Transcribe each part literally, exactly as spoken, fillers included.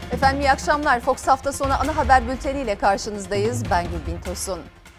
Efendim iyi akşamlar. Fox hafta sonu ana haber bülteniyle karşınızdayız. Ben Gülbin Tosun.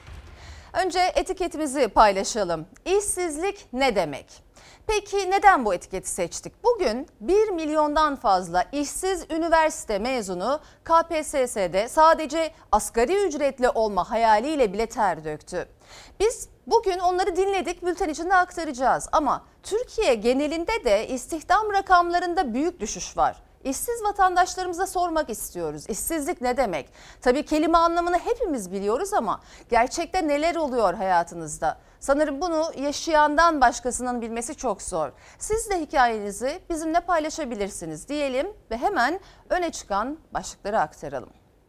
Önce etiketimizi paylaşalım. İşsizlik ne demek? Peki neden bu etiketi seçtik? Bugün bir milyondan fazla işsiz üniversite mezunu K P S S'de sadece asgari ücretli olma hayaliyle bile ter döktü. Biz bugün onları dinledik, bülten içinde aktaracağız. Ama Türkiye genelinde de istihdam rakamlarında büyük düşüş var. İşsiz vatandaşlarımıza sormak istiyoruz. İşsizlik ne demek? Tabii kelime anlamını hepimiz biliyoruz ama gerçekte neler oluyor hayatınızda? Sanırım bunu yaşayandan başkasının bilmesi çok zor. Siz de hikayenizi bizimle paylaşabilirsiniz diyelim ve hemen öne çıkan başlıkları aktaralım.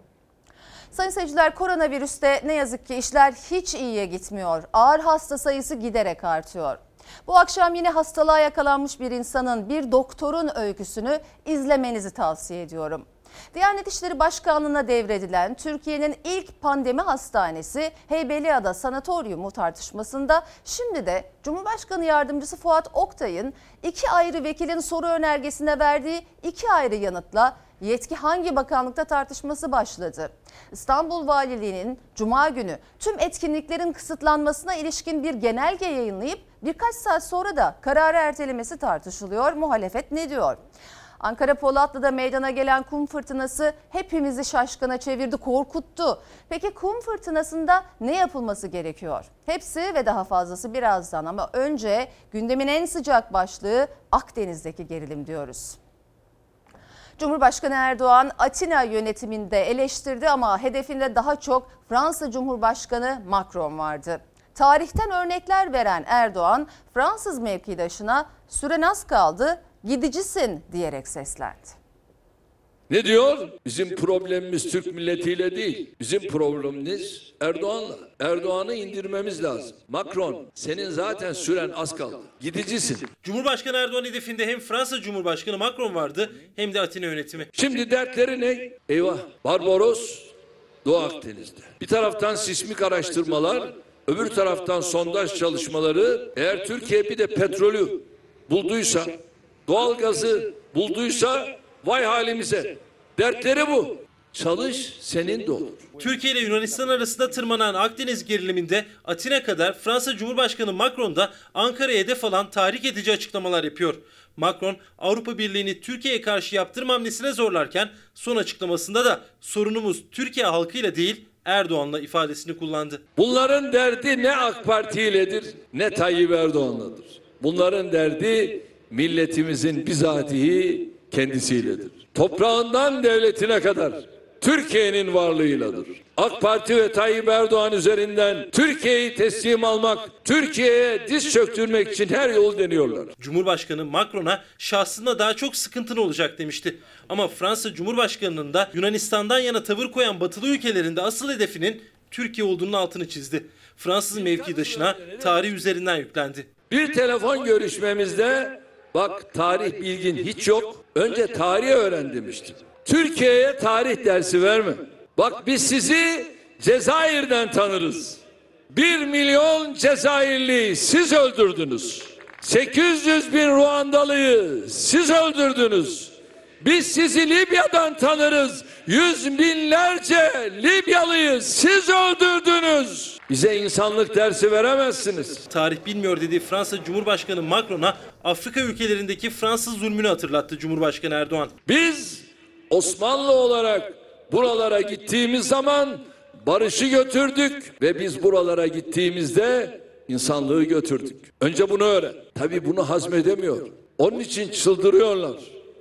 Sayın seyirciler, koronavirüste ne yazık ki işler hiç iyiye gitmiyor. Ağır hasta sayısı giderek artıyor. Bu akşam yine hastalığa yakalanmış bir insanın, bir doktorun öyküsünü izlemenizi tavsiye ediyorum. Diyanet İşleri Başkanlığı'na devredilen Türkiye'nin ilk pandemi hastanesi Heybeliada Sanatoryumu tartışmasında şimdi de Cumhurbaşkanı Yardımcısı Fuat Oktay'ın iki ayrı vekilin soru önergesine verdiği iki ayrı yanıtla yetki hangi bakanlıkta tartışması başladı. İstanbul Valiliği'nin Cuma günü tüm etkinliklerin kısıtlanmasına ilişkin bir genelge yayınlayıp birkaç saat sonra da kararı ertelemesi tartışılıyor. Muhalefet ne diyor? Ankara Polatlı'da meydana gelen kum fırtınası hepimizi şaşkına çevirdi, korkuttu. Peki kum fırtınasında ne yapılması gerekiyor? Hepsi ve daha fazlası birazdan ama önce gündemin en sıcak başlığı Akdeniz'deki gerilim diyoruz. Cumhurbaşkanı Erdoğan Atina yönetiminde eleştirdi ama hedefinde daha çok Fransa Cumhurbaşkanı Macron vardı. Tarihten örnekler veren Erdoğan Fransız mevkidaşına süren az kaldı, gidicisin diyerek seslendi. Ne diyor? Bizim problemimiz Türk milletiyle değil. Bizim problemimiz Erdoğan'la. Erdoğan'ı indirmemiz lazım. Macron, senin zaten süren az kaldı. Gidicisin. Cumhurbaşkanı Erdoğan hedefinde hem Fransa Cumhurbaşkanı Macron vardı hem de Atina yönetimi. Şimdi dertleri ne? Eyvah. Barbaros Doğu Akdeniz'de. Bir taraftan sismik araştırmalar, öbür taraftan sondaj çalışmaları. Eğer Türkiye bir de petrolü bulduysa, doğalgazı bulduysa vay halimize. Dertleri bu. Çalış, senin de olur. Türkiye ile Yunanistan arasında tırmanan Akdeniz geriliminde Atina kadar Fransa Cumhurbaşkanı Macron da Ankara'ya hedef alan tahrik edici açıklamalar yapıyor. Macron Avrupa Birliği'ni Türkiye'ye karşı yaptırım hamlesine zorlarken son açıklamasında da sorunumuz Türkiye halkıyla değil Erdoğan'la ifadesini kullandı. Bunların derdi ne AK Parti iledir ne Tayyip Erdoğan'ladır. Bunların derdi milletimizin bizatihi kendisiyledir. Toprağından devletine kadar Türkiye'nin varlığıyladır. AK Parti ve Tayyip Erdoğan üzerinden Türkiye'yi teslim almak, Türkiye'ye diz çöktürmek için her yol deniyorlar. Cumhurbaşkanı Macron'a şahsında daha çok sıkıntılı olacak demişti. Ama Fransa Cumhurbaşkanı'nın da Yunanistan'dan yana tavır koyan batılı ülkelerinde asıl hedefinin Türkiye olduğunun altını çizdi. Fransız mevkidaşına tarih üzerinden yüklendi. Bir telefon görüşmemizde bak tarih bilgin hiç yok. Önce tarihi öğren demiştim. Türkiye'ye tarih dersi verme. Bak biz sizi Cezayir'den tanırız. Bir milyon Cezayirliyi siz öldürdünüz. sekiz yüz bin Ruandalıyı siz öldürdünüz. Biz sizi Libya'dan tanırız. Yüz binlerce Libyalıyı siz öldürdünüz. Bize insanlık dersi veremezsiniz. Tarih bilmiyor dediği Fransa Cumhurbaşkanı Macron'a Afrika ülkelerindeki Fransız zulmünü hatırlattı Cumhurbaşkanı Erdoğan. Biz Osmanlı olarak buralara gittiğimiz zaman barışı götürdük ve biz buralara gittiğimizde insanlığı götürdük. Önce bunu öğren. Tabii bunu hazmedemiyor. Onun için çıldırıyorlar.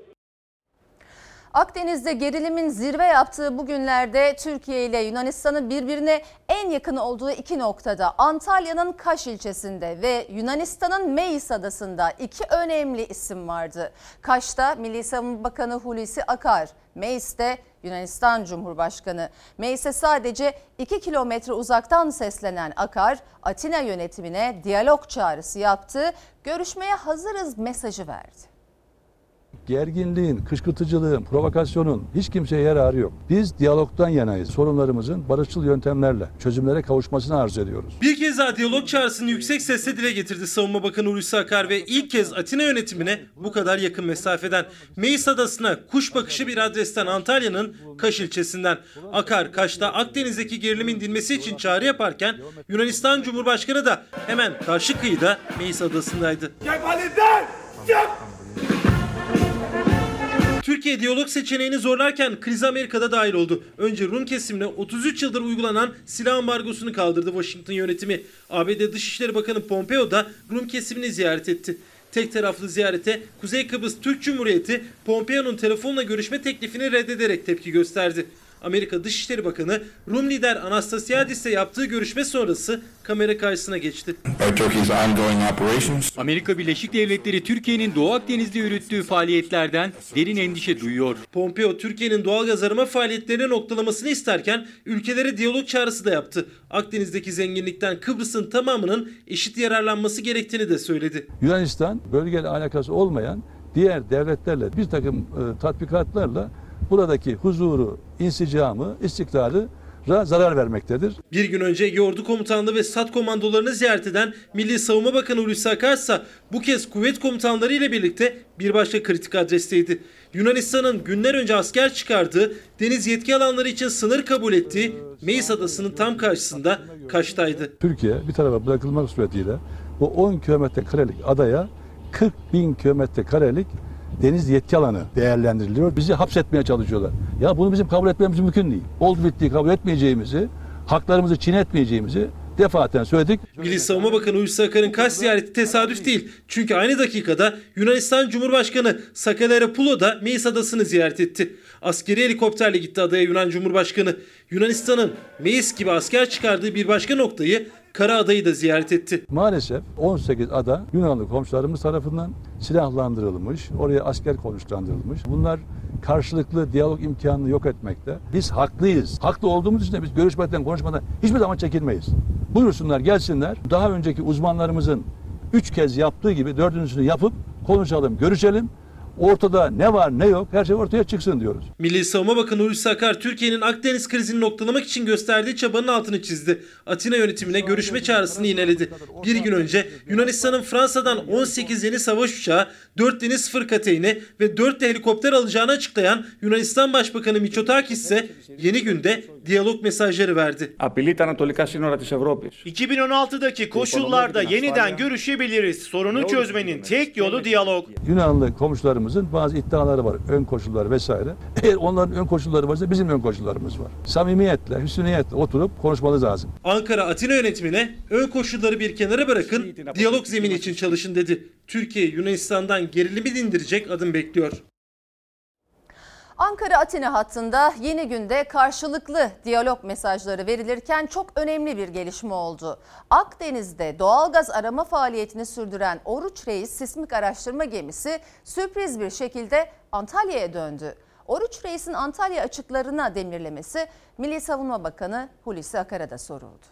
Akdeniz'de gerilimin zirve yaptığı bu günlerde Türkiye ile Yunanistan'ın birbirine en yakın olduğu iki noktada Antalya'nın Kaş ilçesinde ve Yunanistan'ın Meis adasında iki önemli isim vardı. Kaş'ta Milli Savunma Bakanı Hulusi Akar, Meis'te Yunanistan Cumhurbaşkanı. Meis'e sadece iki kilometre uzaktan seslenen Akar, Atina yönetimine diyalog çağrısı yaptı, görüşmeye hazırız mesajı verdi. Gerginliğin, kışkırtıcılığın, provokasyonun hiç kimseye yararı yok. Biz diyalogdan yanayız. Sorunlarımızın barışçıl yöntemlerle çözümlere kavuşmasını arzu ediyoruz. Bir kez daha diyalog çağrısını yüksek sesle dile getirdi Savunma Bakanı Hulusi Akar ve ilk kez Atina yönetimine bu kadar yakın mesafeden. Meis Adası'na kuş bakışı bir adresten Antalya'nın Kaş ilçesinden. Akar, Kaş'ta Akdeniz'deki gerilimin dinmesi için çağrı yaparken Yunanistan Cumhurbaşkanı da hemen karşı kıyıda Meis Adası'ndaydı. Türkiye diyalog seçeneğini zorlarken kriz Amerika'da dahil oldu. Önce Rum kesimine otuz üç yıldır uygulanan silah ambargosunu kaldırdı Washington yönetimi. A B D Dışişleri Bakanı Pompeo da Rum kesimini ziyaret etti. Tek taraflı ziyarete Kuzey Kıbrıs Türk Cumhuriyeti Pompeo'nun telefonla görüşme teklifini reddederek tepki gösterdi. Amerika Dışişleri Bakanı Rum lider Anastasiadis'le yaptığı görüşme sonrası kamera karşısına geçti. Amerika Birleşik Devletleri Türkiye'nin Doğu Akdeniz'de yürüttüğü faaliyetlerden derin endişe duyuyor. Pompeo Türkiye'nin doğalgaz arama faaliyetlerini noktalamasını isterken ülkelere diyalog çağrısı da yaptı. Akdeniz'deki zenginlikten Kıbrıs'ın tamamının eşit yararlanması gerektiğini de söyledi. Yunanistan bölgeyle alakası olmayan diğer devletlerle bir takım e, tatbikatlarla buradaki huzuru, insicamı, istikrarı zarar vermektedir. Bir gün önce Ege Ordu Komutanlığı ve SAT komandolarını ziyaret eden Milli Savunma Bakanı Hulusi Akar ise bu kez kuvvet komutanları ile birlikte bir başka kritik adresteydi. Yunanistan'ın günler önce asker çıkardığı, deniz yetki alanları için sınır kabul ettiği Meis Adası'nın tam karşısında Kaş'taydı. Türkiye bir tarafa bırakılmak suretiyle bu on kilometre karelik adaya kırk bin kilometre karelik deniz yetki alanı değerlendiriliyor. Bizi hapsetmeye çalışıyorlar. Ya bunu bizim kabul etmemiz mümkün değil. Oldu bittiği kabul etmeyeceğimizi, haklarımızı çiğnetmeyeceğimizi defaten söyledik. Milli Savunma Bakanı Hulusi Akar'ın Kaş ziyareti tesadüf değil. Çünkü aynı dakikada Yunanistan Cumhurbaşkanı Sakellaropoulou da Meis Adası'nı ziyaret etti. Askeri helikopterle gitti adaya Yunan Cumhurbaşkanı. Yunanistan'ın Meis gibi asker çıkardığı bir başka noktayı, Kara Adayı da ziyaret etti. Maalesef on sekiz ada Yunanlı komşularımız tarafından silahlandırılmış, oraya asker konuşlandırılmış. Bunlar karşılıklı diyalog imkanını yok etmekte. Biz haklıyız. Haklı olduğumuz için de biz görüşmekten, konuşmadan hiçbir zaman çekinmeyiz. Buyursunlar, gelsinler. Daha önceki uzmanlarımızın üç kez yaptığı gibi dördüncüsünü yapıp konuşalım, görüşelim. Ortada ne var ne yok her şey ortaya çıksın diyoruz. Milli Savunma Bakanı Hulusi Akar Türkiye'nin Akdeniz krizini noktalamak için gösterdiği çabanın altını çizdi. Atina yönetimine görüşme çağrısını yineledi. Bir gün önce Yunanistan'ın Fransa'dan on sekiz yeni savaş uçağı, dört deniz fırkateyni ve dört de helikopter alacağını açıklayan Yunanistan Başbakanı Mitsotakis ise yeni günde diyalog mesajları verdi. iki bin on altıdaki koşullarda yeniden görüşebiliriz. Sorunu çözmenin tek yolu diyalog. Yunanlı komşularımızın bazı iddiaları var, ön koşulları vesaire. Eğer onların ön koşulları varsa bizim ön koşullarımız var. Samimiyetle, hüsniyetle oturup konuşmamız lazım. Ankara Atina yönetimine ön koşulları bir kenara bırakın, diyalog zemini için çalışın dedi. Türkiye Yunanistan'dan gerilimi dindirecek adım bekliyor. Ankara-Atina hattında yeni günde karşılıklı diyalog mesajları verilirken çok önemli bir gelişme oldu. Akdeniz'de doğalgaz arama faaliyetini sürdüren Oruç Reis sismik araştırma gemisi sürpriz bir şekilde Antalya'ya döndü. Oruç Reis'in Antalya açıklarına demirlemesi Milli Savunma Bakanı Hulusi Akar'a da soruldu.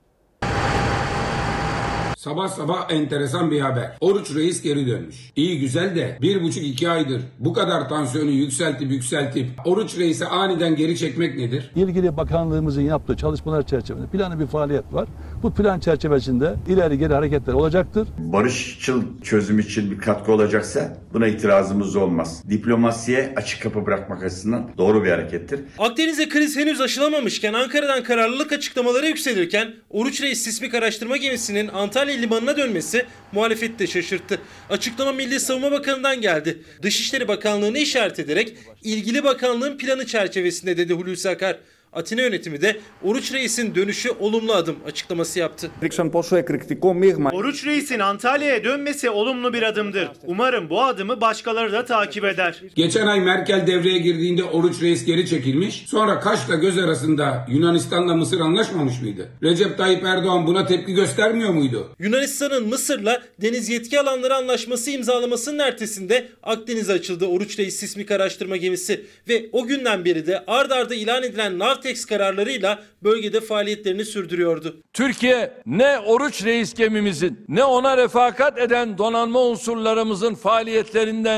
Sabah sabah enteresan bir haber. Oruç Reis geri dönmüş. İyi güzel de bir buçuk iki aydır bu kadar tansiyonu yükseltip yükseltip Oruç Reis'i aniden geri çekmek nedir? İlgili bakanlığımızın yaptığı çalışmalar çerçevesinde planlı bir faaliyet var. Bu plan çerçevesinde ileri geri hareketler olacaktır. Barışçıl çözüm için bir katkı olacaksa buna itirazımız olmaz. Diplomasiye açık kapı bırakmak açısından doğru bir harekettir. Akdeniz'de kriz henüz aşılamamışken Ankara'dan kararlılık açıklamaları yükselirken Oruç Reis sismik araştırma gemisinin Antalya limanına dönmesi muhalefeti de şaşırttı. Açıklama Milli Savunma Bakanı'ndan geldi. Dışişleri Bakanlığı'nı işaret ederek ilgili bakanlığın planı çerçevesinde dedi Hulusi Akar. Atina yönetimi de Oruç Reis'in dönüşü olumlu adım açıklaması yaptı. Oruç Reis'in Antalya'ya dönmesi olumlu bir adımdır. Umarım bu adımı başkaları da takip eder. Geçen ay Merkel devreye girdiğinde Oruç Reis geri çekilmiş. Sonra Kaş'la göz arasında Yunanistan'la Mısır anlaşmamış mıydı? Recep Tayyip Erdoğan buna tepki göstermiyor muydu? Yunanistan'ın Mısır'la deniz yetki alanları anlaşması imzalamasının ertesinde Akdeniz'e açıldı Oruç Reis sismik araştırma gemisi ve o günden beri de ard arda ilan edilen NAVTEX kararlarıyla bölgede faaliyetlerini sürdürüyordu. Türkiye ne Oruç Reis gemimizin ne ona refakat eden donanma unsurlarımızın faaliyetlerinden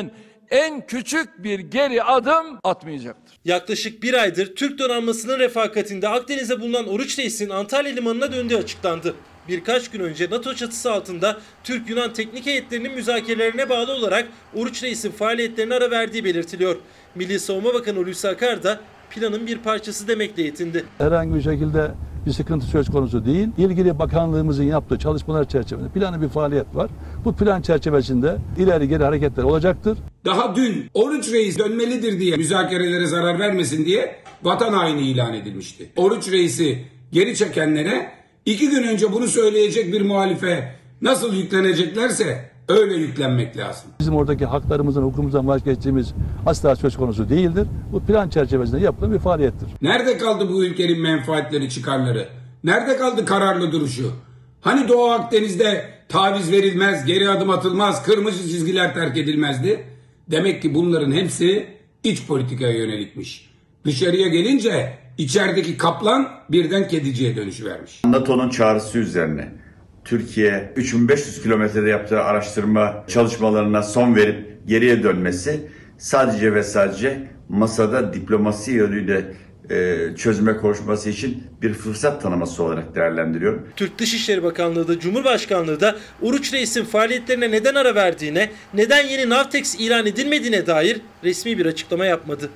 en küçük bir geri adım atmayacaktır. Yaklaşık bir aydır Türk donanmasının refakatinde Akdeniz'de bulunan Oruç Reis'in Antalya limanına döndüğü açıklandı. Birkaç gün önce NATO çatısı altında Türk-Yunan teknik heyetlerinin müzakerelerine bağlı olarak Oruç Reis'in faaliyetlerine ara verdiği belirtiliyor. Milli Savunma Bakanı Hulusi Akar da planın bir parçası demekle yetindi. Herhangi bir şekilde bir sıkıntı söz konusu değil. İlgili bakanlığımızın yaptığı çalışmalar çerçevesinde planlı bir faaliyet var. Bu plan çerçevesinde ileri geri hareketler olacaktır. Daha dün Oruç Reis dönmelidir diye müzakerelere zarar vermesin diye vatan haini ilan edilmişti. Oruç Reis'i geri çekenlere iki gün önce bunu söyleyecek bir muhalife nasıl yükleneceklerse öyle yüklenmek lazım. Bizim oradaki haklarımızdan, hukukumuzdan vazgeçtiğimiz asla söz konusu değildir. Bu plan çerçevesinde yapılan bir faaliyettir. Nerede kaldı bu ülkenin menfaatleri, çıkarları? Nerede kaldı kararlı duruşu? Hani Doğu Akdeniz'de taviz verilmez, geri adım atılmaz, kırmızı çizgiler terk edilmezdi? Demek ki bunların hepsi iç politikaya yönelikmiş. Dışarıya gelince içerideki kaplan birden kediciye dönüşüvermiş. NATO'nun çağrısı üzerine Türkiye üç bin beş yüz kilometrede yaptığı araştırma çalışmalarına son verip geriye dönmesi sadece ve sadece masada diplomasi yönüyle e, çözüme kavuşması için bir fırsat tanıması olarak değerlendiriyorum. Türk Dışişleri Bakanlığı da Cumhurbaşkanlığı da Oruç Reis'in faaliyetlerine neden ara verdiğine, neden yeni Navtex ilan edilmediğine dair resmi bir açıklama yapmadı.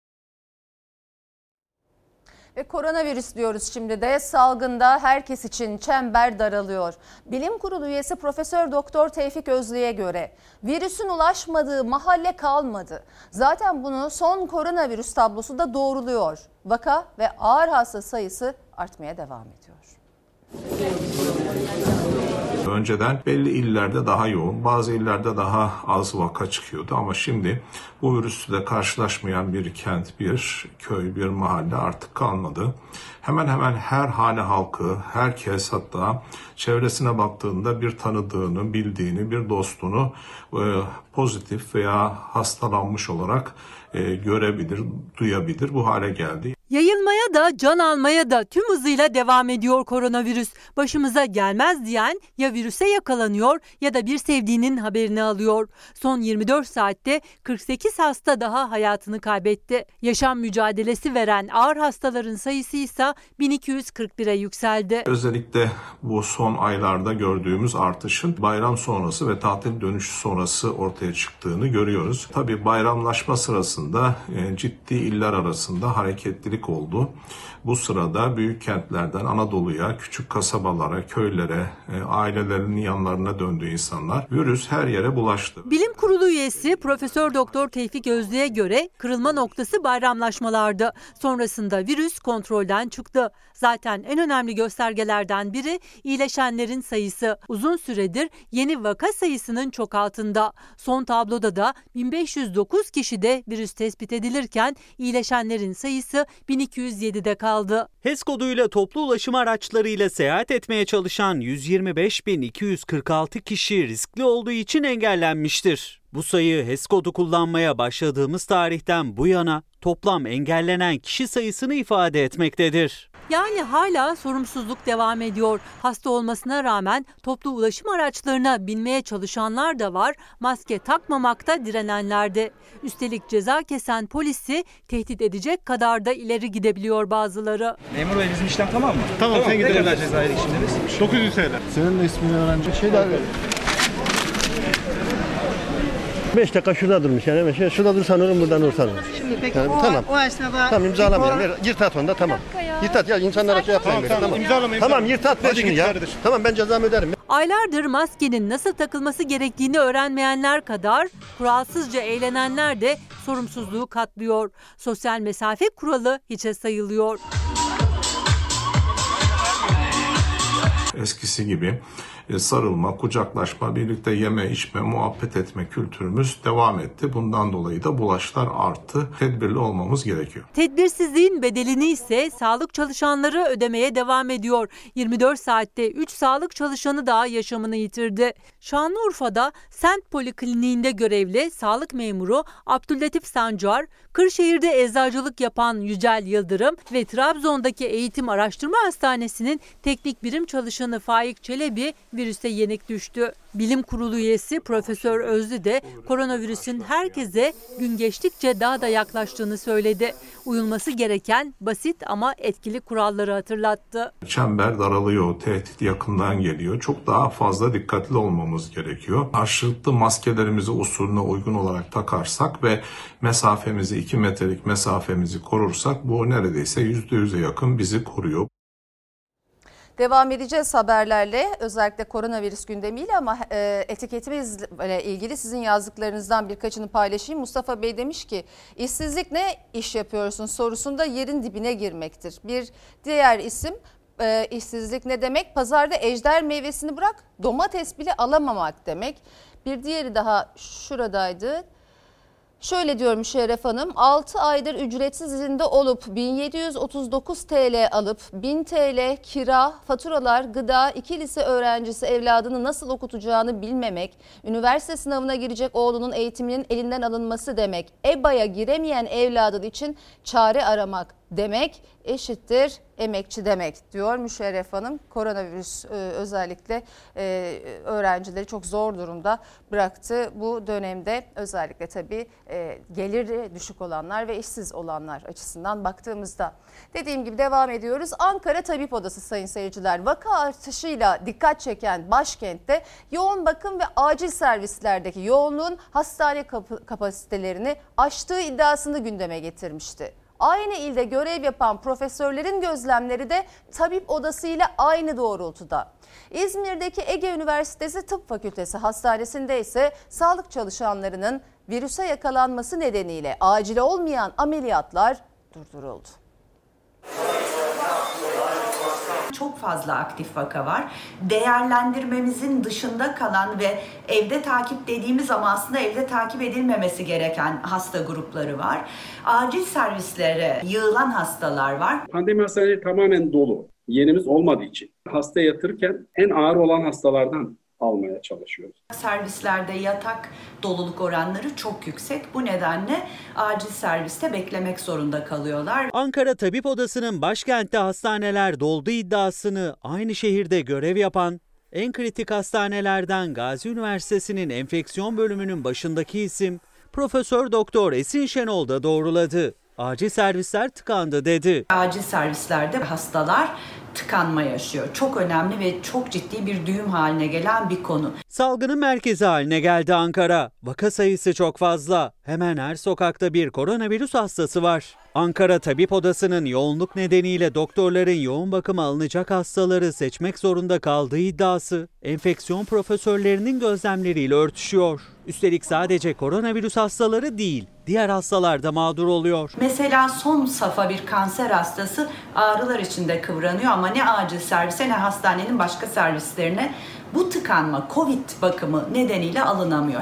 Ve koronavirüs diyoruz şimdi de, salgında herkes için çember daralıyor. Bilim Kurulu üyesi Profesör Doktor Tevfik Özlü'ye göre virüsün ulaşmadığı mahalle kalmadı. Zaten bunu son koronavirüs tablosu da doğruluyor. Vaka ve ağır hasta sayısı artmaya devam ediyor. Önceden belli illerde daha yoğun, bazı illerde daha az vaka çıkıyordu ama şimdi bu virüsle karşılaşmayan bir kent, bir köy, bir mahalle artık kalmadı. Hemen hemen her hane halkı, herkes hatta çevresine baktığında bir tanıdığını, bildiğini, bir dostunu e, pozitif veya hastalanmış olarak e, görebilir, duyabilir. Bu hale geldi. Yayılmaya da can almaya da tüm hızıyla devam ediyor koronavirüs. Başımıza gelmez diyen ya virüse yakalanıyor ya da bir sevdiğinin haberini alıyor. Son yirmi dört saatte kırk sekiz hasta daha hayatını kaybetti. Yaşam mücadelesi veren ağır hastaların sayısı ise bin iki yüz kırk bire yükseldi. Özellikle bu son aylarda gördüğümüz artışın bayram sonrası ve tatil dönüşü sonrası ortaya çıktığını görüyoruz. Tabii bayramlaşma sırasında ciddi iller arasında hareketlilik oldu. Bu sırada büyük kentlerden Anadolu'ya, küçük kasabalara, köylere, ailelerinin yanlarına döndü insanlar. Virüs her yere bulaştı. Bilim Kurulu üyesi Profesör Doktor Tevfik Özlü'ye göre kırılma noktası bayramlaşmalardı. Sonrasında virüs kontrolden çıktı. Zaten en önemli göstergelerden biri iyileşenlerin sayısı. Uzun süredir yeni vaka sayısının çok altında. Son tabloda da bin beş yüz dokuz kişide virüs tespit edilirken iyileşenlerin sayısı bin iki yüz yedide kaldı. H E S koduyla toplu ulaşım araçlarıyla seyahat etmeye çalışan yüz yirmi beş bin iki yüz kırk altı kişi riskli olduğu için engellenmiştir. Bu sayı H E S kodu kullanmaya başladığımız tarihten bu yana toplam engellenen kişi sayısını ifade etmektedir. Yani hala sorumsuzluk devam ediyor. Hasta olmasına rağmen toplu ulaşım araçlarına binmeye çalışanlar da var, maske takmamakta direnenler de. Üstelik ceza kesen polisi tehdit edecek kadar da ileri gidebiliyor bazıları. Memur Bey bizim işlem tamam mı? Tamam, tamam sen gidelim. Ne kadar ceza yedik şimdi biz? dokuz yüz T L. Senin de ismini öğrenecek şeyler ver. beş dakika şurada durmuş yani. Şey, şurada dursan olur, buradan dursan olur. Şimdi peki yani, o, tamam. o esnada... Tamam imzalamayalım. Yırt at onda tamam. Yırt at ya insanlara şey yapmayın. Tamam tamam, tamam. imzalamayın. Tamam yırt at ver şimdi ya. Kardeşim. Tamam ben cezamı öderim. Aylardır maskenin nasıl takılması gerektiğini öğrenmeyenler kadar kuralsızca eğlenenler de sorumsuzluğu katlıyor. Sosyal mesafe kuralı hiçe sayılıyor. Eskisi gibi sarılma, kucaklaşma, birlikte yeme, içme, muhabbet etme kültürümüz devam etti. Bundan dolayı da bulaşlar arttı. Tedbirli olmamız gerekiyor. Tedbirsizliğin bedelini ise sağlık çalışanları ödemeye devam ediyor. yirmi dört saatte üç sağlık çalışanı daha yaşamını yitirdi. Şanlıurfa'da Sent Polikliniğinde görevli sağlık memuru Abdüllatif Sancar, Kırşehir'de eczacılık yapan Yücel Yıldırım ve Trabzon'daki Eğitim Araştırma Hastanesi'nin teknik birim çalışanı Faik Çelebi virüse yenik düştü. Bilim Kurulu üyesi Profesör Özlü de koronavirüsün herkese gün geçtikçe daha da yaklaştığını söyledi. Uyulması gereken basit ama etkili kuralları hatırlattı. Çember daralıyor, tehdit yakından geliyor. Çok daha fazla dikkatli olmamız gerekiyor. Karşılıklı maskelerimizi usulüne uygun olarak takarsak ve mesafemizi, iki metrelik mesafemizi korursak bu neredeyse yüzde yüze yakın bizi koruyor. Devam edeceğiz haberlerle, özellikle koronavirüs gündemiyle, ama e, etiketimizle ilgili sizin yazdıklarınızdan birkaçını paylaşayım. Mustafa Bey demiş ki işsizlik ne iş yapıyorsun sorusunda yerin dibine girmektir. Bir diğer isim e, işsizlik ne demek? Pazarda ejder meyvesini bırak domates bile alamamak demek. Bir diğeri daha şuradaydı. Şöyle diyorum Şeref Hanım, altı aydır ücretsiz izinde olup bin yedi yüz otuz dokuz TL alıp bin TL kira, faturalar, gıda, iki lise öğrencisi evladını nasıl okutacağını bilmemek, üniversite sınavına girecek oğlunun eğitiminin elinden alınması demek, E B A'ya giremeyen evladın için çare aramak demek eşittir emekçi demek diyor Müşerref Hanım. Koronavirüs e, özellikle e, öğrencileri çok zor durumda bıraktı bu dönemde, özellikle tabii e, geliri düşük olanlar ve işsiz olanlar açısından baktığımızda. Dediğim gibi devam ediyoruz. Ankara Tabip Odası sayın seyirciler, vaka artışıyla dikkat çeken başkentte yoğun bakım ve acil servislerdeki yoğunluğun hastane kap- kapasitelerini aştığı iddiasını gündeme getirmişti. Aynı ilde görev yapan profesörlerin gözlemleri de tabip odası ile aynı doğrultuda. İzmir'deki Ege Üniversitesi Tıp Fakültesi Hastanesi'nde ise sağlık çalışanlarının virüse yakalanması nedeniyle acil olmayan ameliyatlar durduruldu. Çok fazla aktif vaka var. Değerlendirmemizin dışında kalan ve evde takip dediğimiz ama aslında evde takip edilmemesi gereken hasta grupları var. Acil servislere yığılan hastalar var. Pandemi hastaneleri tamamen dolu. Yerimiz olmadığı için hastaya yatırırken en ağır olan hastalardan almaya çalışıyoruz. Servislerde yatak doluluk oranları çok yüksek. Bu nedenle acil serviste beklemek zorunda kalıyorlar. Ankara Tabip Odası'nın başkentte hastaneler doldu iddiasını aynı şehirde görev yapan, en kritik hastanelerden Gazi Üniversitesi'nin enfeksiyon bölümünün başındaki isim Profesör Doktor Esin Şenol da doğruladı. Acil servisler tıkandı dedi. Acil servislerde hastalar tıkanma yaşıyor. Çok önemli ve çok ciddi bir düğüm haline gelen bir konu. Salgının merkezi haline geldi Ankara. Vaka sayısı çok fazla. Hemen her sokakta bir koronavirüs hastası var. Ankara Tabip Odası'nın yoğunluk nedeniyle doktorların yoğun bakıma alınacak hastaları seçmek zorunda kaldığı iddiası enfeksiyon profesörlerinin gözlemleriyle örtüşüyor. Üstelik sadece koronavirüs hastaları değil, diğer hastalar da mağdur oluyor. Mesela son safa bir kanser hastası ağrılar içinde kıvranıyor ama ne acil servise ne hastanenin başka servislerine bu tıkanma, Covid bakımı nedeniyle alınamıyor.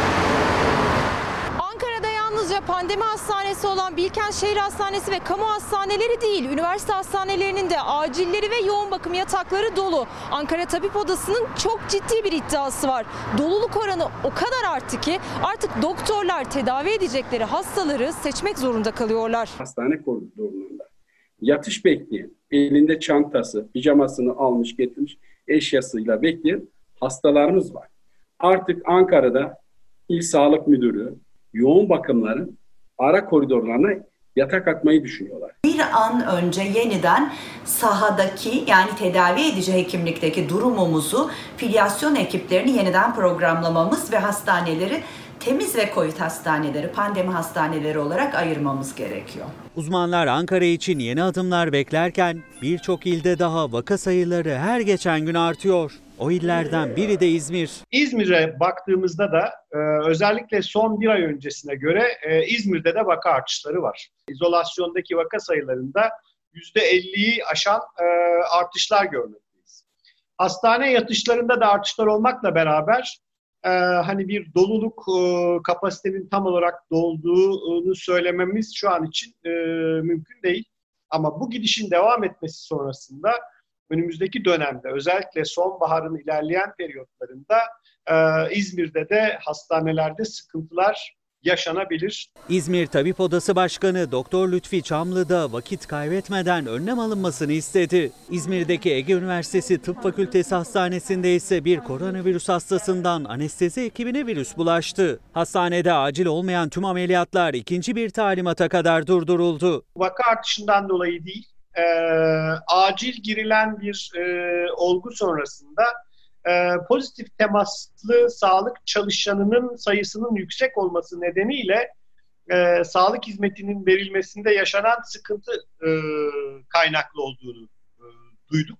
Ankara'da yalnızca pandemi hastanesi olan Bilkent Şehir Hastanesi ve kamu hastaneleri değil, üniversite hastanelerinin de acilleri ve yoğun bakım yatakları dolu. Ankara Tabip Odası'nın çok ciddi bir iddiası var. Doluluk oranı o kadar arttı ki artık doktorlar tedavi edecekleri hastaları seçmek zorunda kalıyorlar. Hastane koridorlarında yatış bekleyen, elinde çantası, pijamasını almış getirmiş eşyasıyla bekleyen hastalarımız var. Artık Ankara'da İl Sağlık Müdürü yoğun bakımların ara koridorlarına yatak atmayı düşünüyorlar. Bir an önce yeniden sahadaki, yani tedavi edici hekimlikteki durumumuzu, filyasyon ekiplerini yeniden programlamamız ve hastaneleri temiz ve COVID hastaneleri, pandemi hastaneleri olarak ayırmamız gerekiyor. Uzmanlar Ankara için yeni adımlar beklerken birçok ilde daha vaka sayıları her geçen gün artıyor. O illerden biri de İzmir. İzmir'e baktığımızda da e, özellikle son bir ay öncesine göre e, İzmir'de de vaka artışları var. İzolasyondaki vaka sayılarında yüzde elliyi aşan e, artışlar görmekteyiz. Hastane yatışlarında da artışlar olmakla beraber e, hani bir doluluk e, kapasitenin tam olarak dolduğunu söylememiz şu an için e, mümkün değil. Ama bu gidişin devam etmesi sonrasında önümüzdeki dönemde, özellikle sonbaharın ilerleyen periyotlarında e, İzmir'de de hastanelerde sıkıntılar yaşanabilir. İzmir Tabip Odası Başkanı Doktor Lütfi Çamlı da vakit kaybetmeden önlem alınmasını istedi. İzmir'deki Ege Üniversitesi Tıp Fakültesi Hastanesi'nde ise bir koronavirüs hastasından anestezi ekibine virüs bulaştı. Hastanede acil olmayan tüm ameliyatlar ikinci bir talimata kadar durduruldu. Vaka artışından dolayı değil, e, acil girilen bir e, olgu sonrasında e, pozitif temaslı sağlık çalışanının sayısının yüksek olması nedeniyle e, sağlık hizmetinin verilmesinde yaşanan sıkıntı e, kaynaklı olduğunu e, duyduk.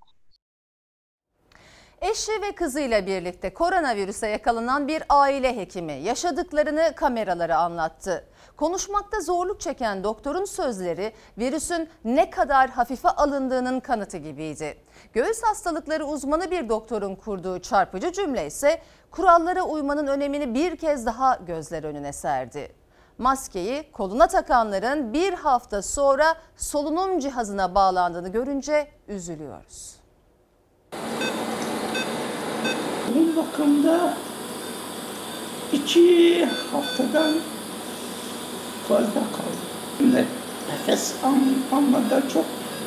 Eşi ve kızıyla birlikte koronavirüse yakalanan bir aile hekimi yaşadıklarını kameralara anlattı. Konuşmakta zorluk çeken doktorun sözleri virüsün ne kadar hafife alındığının kanıtı gibiydi. Göğüs hastalıkları uzmanı bir doktorun kurduğu çarpıcı cümle ise kurallara uymanın önemini bir kez daha gözler önüne serdi. Maskeyi koluna takanların bir hafta sonra solunum cihazına bağlandığını görünce üzülüyoruz. Bu bakımda iki haftadan fazla kaldı. Nefes almada çok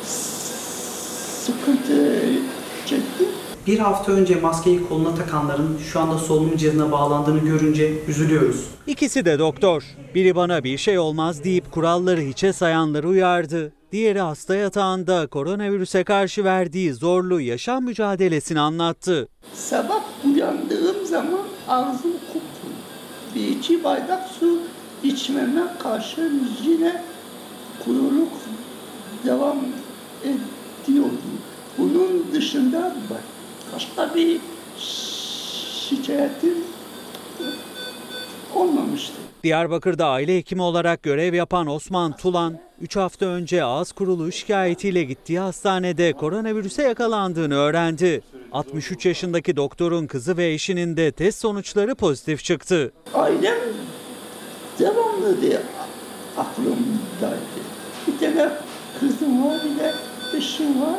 sıkıntı çektim. Bir hafta önce maskeyi koluna takanların şu anda solunum cihazına bağlandığını görünce üzülüyoruz. İkisi de doktor. Biri bana bir şey olmaz deyip kuralları hiçe sayanları uyardı. Diğeri hasta yatağında koronavirüse karşı verdiği zorlu yaşam mücadelesini anlattı. Sabah uyandığım zaman ağzım kupkuru. Bir iki bardak su içmeme karşı yine kuruluk devam ediyordu. Bunun dışında başka bir şikayetim olmamıştı. Diyarbakır'da aile hekimi olarak görev yapan Osman Tulan, üç hafta önce ağız kuruluğu şikayetiyle gittiği hastanede koronavirüse yakalandığını öğrendi. altmış üç yaşındaki doktorun kızı ve eşinin de test sonuçları pozitif çıktı. Ailem devamlı diye aklımdaydı. Bir tane kızım var, bir de eşim var.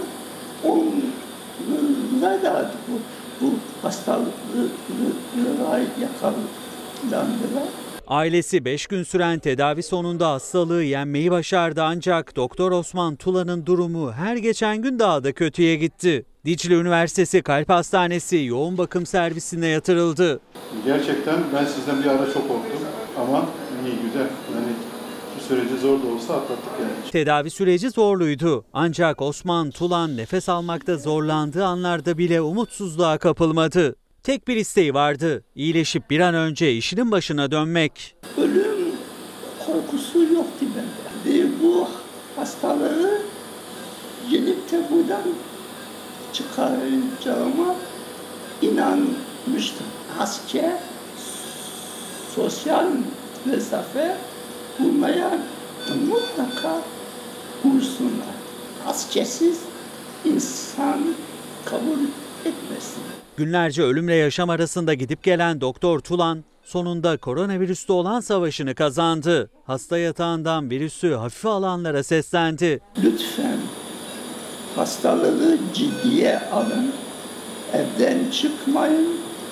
Onlar da bu, bu hastalıklara yakalandılar. Ailesi beş gün süren tedavi sonunda hastalığı yenmeyi başardı ancak Doktor Osman Tulan'ın durumu her geçen gün daha da kötüye gitti. Dicle Üniversitesi Kalp Hastanesi yoğun bakım servisine yatırıldı. Gerçekten ben sizden bir ara çok korktum ama iyi güzel. Yani bu süreci zor da olsa atlattık yani. Tedavi süreci zorluydu ancak Osman Tulan nefes almakta zorlandığı anlarda bile umutsuzluğa kapılmadı. Tek bir isteği vardı, iyileşip bir an önce işinin başına dönmek. Ölüm korkusu yoktu bende. Ve bu hastalığı yenip de buradan çıkaracağıma inanmıştım. Maske, sosyal mesafe bulmaya mutlaka uysunlar. Maskesiz insan kabul etmesin. Günlerce ölümle yaşam arasında gidip gelen Doktor Tulan sonunda koronavirüste olan savaşını kazandı. Hasta yatağından virüsü hafife alanlara seslendi. Lütfen hastalığı ciddiye alın, evden çıkmayın,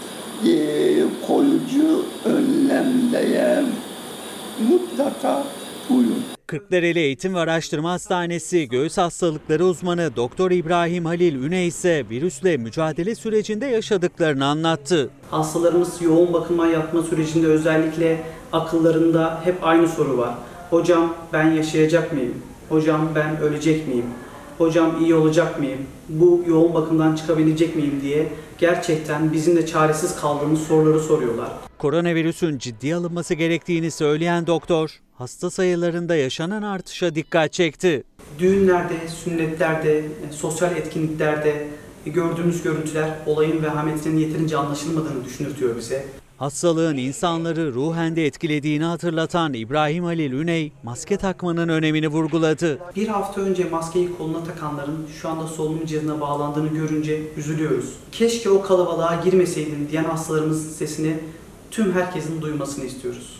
koruyucu önlemlere mutlaka uyun. Kırklareli Eğitim ve Araştırma Hastanesi Göğüs Hastalıkları uzmanı Doktor İbrahim Halil Üney ise virüsle mücadele sürecinde yaşadıklarını anlattı. Hastalarımız yoğun bakıma yatma sürecinde özellikle akıllarında hep aynı soru var. Hocam ben yaşayacak mıyım? Hocam ben ölecek miyim? Hocam iyi olacak mıyım? Bu yoğun bakımdan çıkabilecek miyim diye gerçekten bizim de çaresiz kaldığımız soruları soruyorlar. Koronavirüsün ciddiye alınması gerektiğini söyleyen doktor, hasta sayılarında yaşanan artışa dikkat çekti. Düğünlerde, sünnetlerde, sosyal etkinliklerde gördüğümüz görüntüler olayın vehametinin yeterince anlaşılmadığını düşündürtüyor bize. Hastalığın insanları ruhen de etkilediğini hatırlatan İbrahim Halil Üney, maske takmanın önemini vurguladı. Bir hafta önce maskeyi koluna takanların şu anda solunum cihazına bağlandığını görünce üzülüyoruz. Keşke o kalabalığa girmeseydim diyen hastalarımızın sesini tüm herkesin duymasını istiyoruz.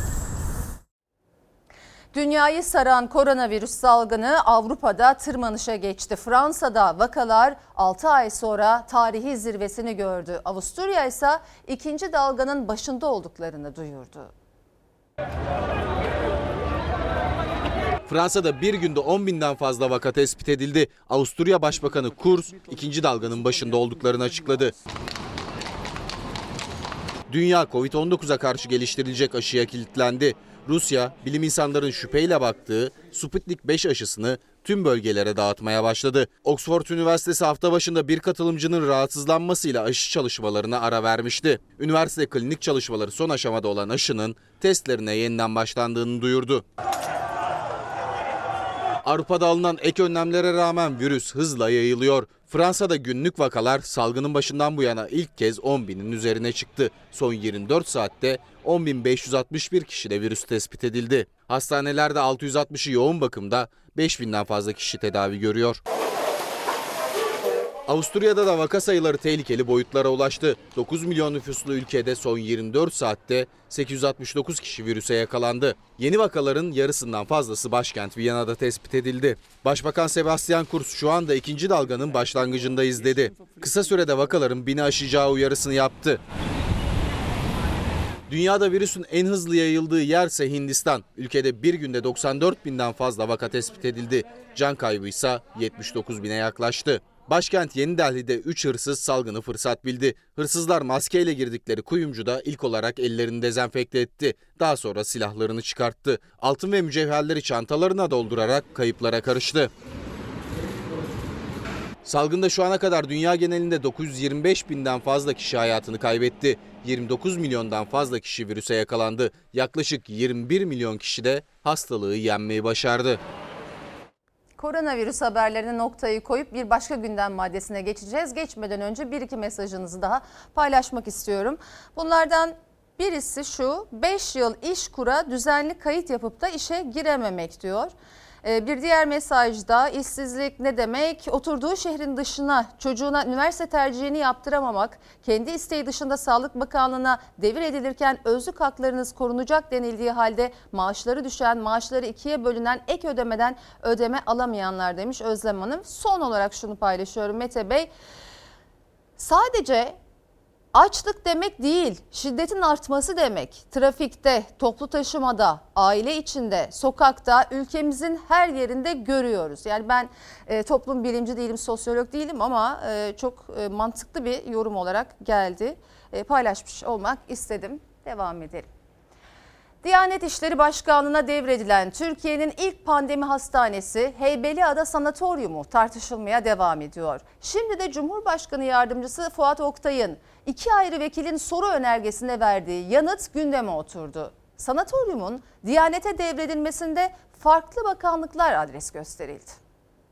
Dünyayı saran koronavirüs salgını Avrupa'da tırmanışa geçti. Fransa'da vakalar altı ay sonra tarihi zirvesini gördü. Avusturya ise ikinci dalganın başında olduklarını duyurdu. Fransa'da bir günde on binden fazla vaka tespit edildi. Avusturya Başbakanı Kurz ikinci dalganın başında olduklarını açıkladı. Dünya Covid on dokuza karşı geliştirilecek aşıya kilitlendi. Rusya, bilim insanların şüpheyle baktığı Sputnik beş aşısını tüm bölgelere dağıtmaya başladı. Oxford Üniversitesi hafta başında bir katılımcının rahatsızlanmasıyla aşı çalışmalarına ara vermişti. Üniversite klinik çalışmaları son aşamada olan aşının testlerine yeniden başlandığını duyurdu. Avrupa'da alınan ek önlemlere rağmen virüs hızla yayılıyor. Fransa'da günlük vakalar salgının başından bu yana ilk kez on binin üzerine çıktı. Son yirmi dört saatte on bin beş yüz altmış bir kişide virüs tespit edildi. Hastanelerde altı yüz altmışı yoğun bakımda, beş binden fazla kişi tedavi görüyor. Avusturya'da da vaka sayıları tehlikeli boyutlara ulaştı. dokuz milyon nüfuslu ülkede son yirmi dört saatte sekiz yüz altmış dokuz kişi virüse yakalandı. Yeni vakaların yarısından fazlası başkent Viyana'da tespit edildi. Başbakan Sebastian Kurz şu anda ikinci dalganın başlangıcındayız dedi. Kısa sürede vakaların bini aşacağı uyarısını yaptı. Dünyada virüsün en hızlı yayıldığı yerse Hindistan. Ülkede bir günde doksan dört binden fazla vaka tespit edildi. Can kaybı ise yetmiş dokuz bine yaklaştı. Başkent Yeni Delhi'de üç hırsız salgını fırsat bildi. Hırsızlar maskeyle girdikleri kuyumcuda ilk olarak ellerini dezenfekte etti. Daha sonra silahlarını çıkarttı. Altın ve mücevherleri çantalarına doldurarak kayıplara karıştı. Salgında şu ana kadar dünya genelinde dokuz yüz yirmi beş binden fazla kişi hayatını kaybetti. yirmi dokuz milyondan fazla kişi virüse yakalandı. Yaklaşık yirmi bir milyon kişi de hastalığı yenmeyi başardı. Koronavirüs haberlerine noktayı koyup bir başka gündem maddesine geçeceğiz. Geçmeden önce bir iki mesajınızı daha paylaşmak istiyorum. Bunlardan birisi şu: beş yıl İşkur'a düzenli kayıt yapıp da işe girememek diyor. Bir diğer mesajda işsizlik ne demek? Oturduğu şehrin dışına çocuğuna üniversite tercihini yaptıramamak, kendi isteği dışında Sağlık Bakanlığı'na devir edilirken özlük haklarınız korunacak denildiği halde maaşları düşen, maaşları ikiye bölünen ek ödemeden ödeme alamayanlar demiş Özlem Hanım. Son olarak şunu paylaşıyorum Mete Bey. Sadece açlık demek değil, şiddetin artması demek. Trafikte, toplu taşımada, aile içinde, sokakta, ülkemizin her yerinde görüyoruz. Yani ben e, toplum bilimci değilim, sosyolog değilim ama e, çok e, mantıklı bir yorum olarak geldi. E, paylaşmış olmak istedim. Devam edelim. Diyanet İşleri Başkanlığı'na devredilen Türkiye'nin ilk pandemi hastanesi Heybeliada Sanatoryumu tartışılmaya devam ediyor. Şimdi de Cumhurbaşkanı Yardımcısı Fuat Oktay'ın iki ayrı vekilin soru önergesine verdiği yanıt gündeme oturdu. Sanatoryumun Diyanet'e devredilmesinde farklı bakanlıklar adres gösterildi.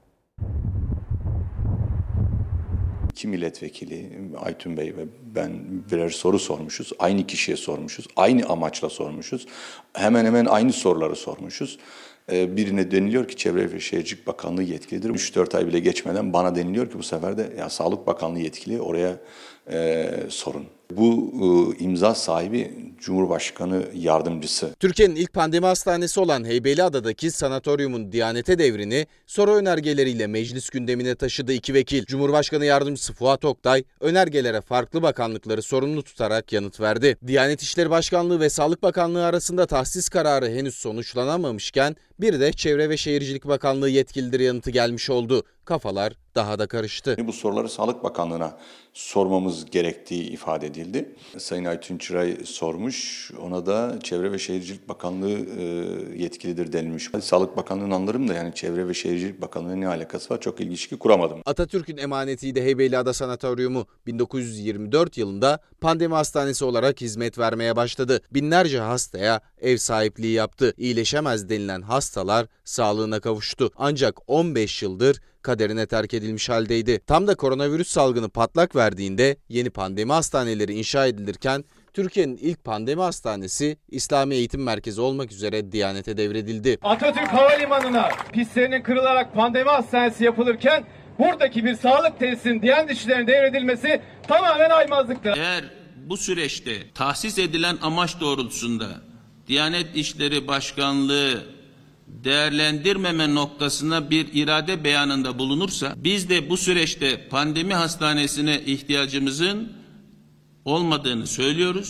İki milletvekili Aytun Bey ve ben birer soru sormuşuz. Aynı kişiye sormuşuz. Aynı amaçla sormuşuz. Hemen hemen aynı soruları sormuşuz. Birine deniliyor ki Çevre ve Şehircilik Bakanlığı yetkilidir. üç dört ay bile geçmeden bana deniliyor ki bu sefer de ya Sağlık Bakanlığı yetkili, oraya e, sorun. Bu e, imza sahibi Cumhurbaşkanı Yardımcısı. Türkiye'nin ilk pandemi hastanesi olan Heybeliada'daki sanatoryumun Diyanet'e devrini soru önergeleriyle meclis gündemine taşıdı iki vekil. Cumhurbaşkanı Yardımcısı Fuat Oktay önergelere farklı bakanlıkları sorumlu tutarak yanıt verdi. Diyanet İşleri Başkanlığı ve Sağlık Bakanlığı arasında tahsis kararı henüz sonuçlanamamışken bir de Çevre ve Şehircilik Bakanlığı yetkilidir yanıtı gelmiş oldu. Kafalar daha da karıştı. Bu soruları Sağlık Bakanlığı'na sormamız gerektiği ifade edildi. Sayın Aytun Çıray sormuş, ona da Çevre ve Şehircilik Bakanlığı e, yetkilidir denilmiş. Sağlık Bakanlığı'nı anlarım da yani Çevre ve Şehircilik Bakanlığı'nın ne alakası var, çok ilişki kuramadım. Atatürk'ün emanetiydi Heybeliada Sanatoryumu bin dokuz yüz yirmi dört yılında pandemi hastanesi olarak hizmet vermeye başladı. Binlerce hastaya ev sahipliği yaptı. İyileşemez denilen hastalar sağlığına kavuştu. Ancak on beş yıldır kaderine terk edilmiş haldeydi. Tam da koronavirüs salgını patlak verdiğinde yeni pandemi hastaneleri inşa edilirken Türkiye'nin ilk pandemi hastanesi İslami Eğitim Merkezi olmak üzere Diyanet'e devredildi. Atatürk Havalimanı'na pistlerinin kırılarak pandemi hastanesi yapılırken buradaki bir sağlık tesisinin Diyanet İşleri'ne devredilmesi tamamen aymazlıktır. Eğer bu süreçte tahsis edilen amaç doğrultusunda Diyanet İşleri Başkanlığı değerlendirmeme noktasına bir irade beyanında bulunursa biz de bu süreçte pandemi hastanesine ihtiyacımızın olmadığını söylüyoruz.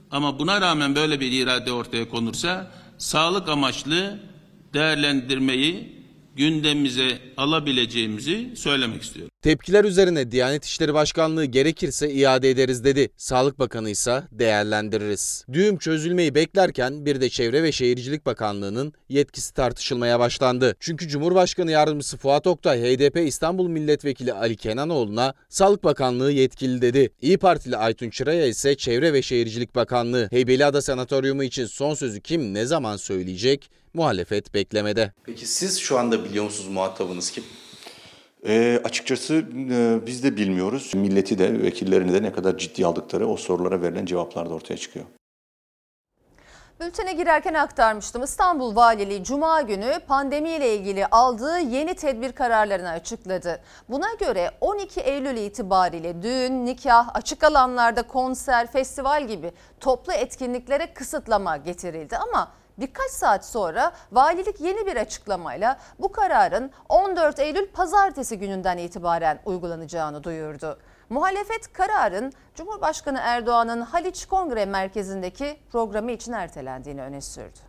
Ama buna rağmen böyle bir irade ortaya konursa sağlık amaçlı değerlendirmeyi gündemimize alabileceğimizi söylemek istiyorum. Tepkiler üzerine Diyanet İşleri Başkanlığı gerekirse iade ederiz dedi. Sağlık Bakanı ise değerlendiririz. Düğüm çözülmeyi beklerken bir de Çevre ve Şehircilik Bakanlığı'nın yetkisi tartışılmaya başlandı. Çünkü Cumhurbaşkanı Yardımcısı Fuat Oktay, H D P İstanbul Milletvekili Ali Kenanoğlu'na Sağlık Bakanlığı yetkili dedi. İYİ Partili Aytun Çıra'ya ise Çevre ve Şehircilik Bakanlığı. Heybeliada Sanatoryumu için son sözü kim ne zaman söyleyecek? Muhalefet beklemede. Peki siz şu anda biliyor musunuz muhatabınız kim? E, açıkçası e, biz de bilmiyoruz. Milleti de, vekillerini de ne kadar ciddi aldıkları o sorulara verilen cevaplar da ortaya çıkıyor. Bültene girerken aktarmıştım. İstanbul Valiliği Cuma günü pandemiyle ilgili aldığı yeni tedbir kararlarını açıkladı. Buna göre on iki Eylül itibariyle düğün, nikah, açık alanlarda konser, festival gibi toplu etkinliklere kısıtlama getirildi. Ama birkaç saat sonra valilik yeni bir açıklamayla bu kararın on dört Eylül pazartesi gününden itibaren uygulanacağını duyurdu. Muhalefet kararın Cumhurbaşkanı Erdoğan'ın Haliç Kongre Merkezi'ndeki programı için ertelendiğini öne sürdü.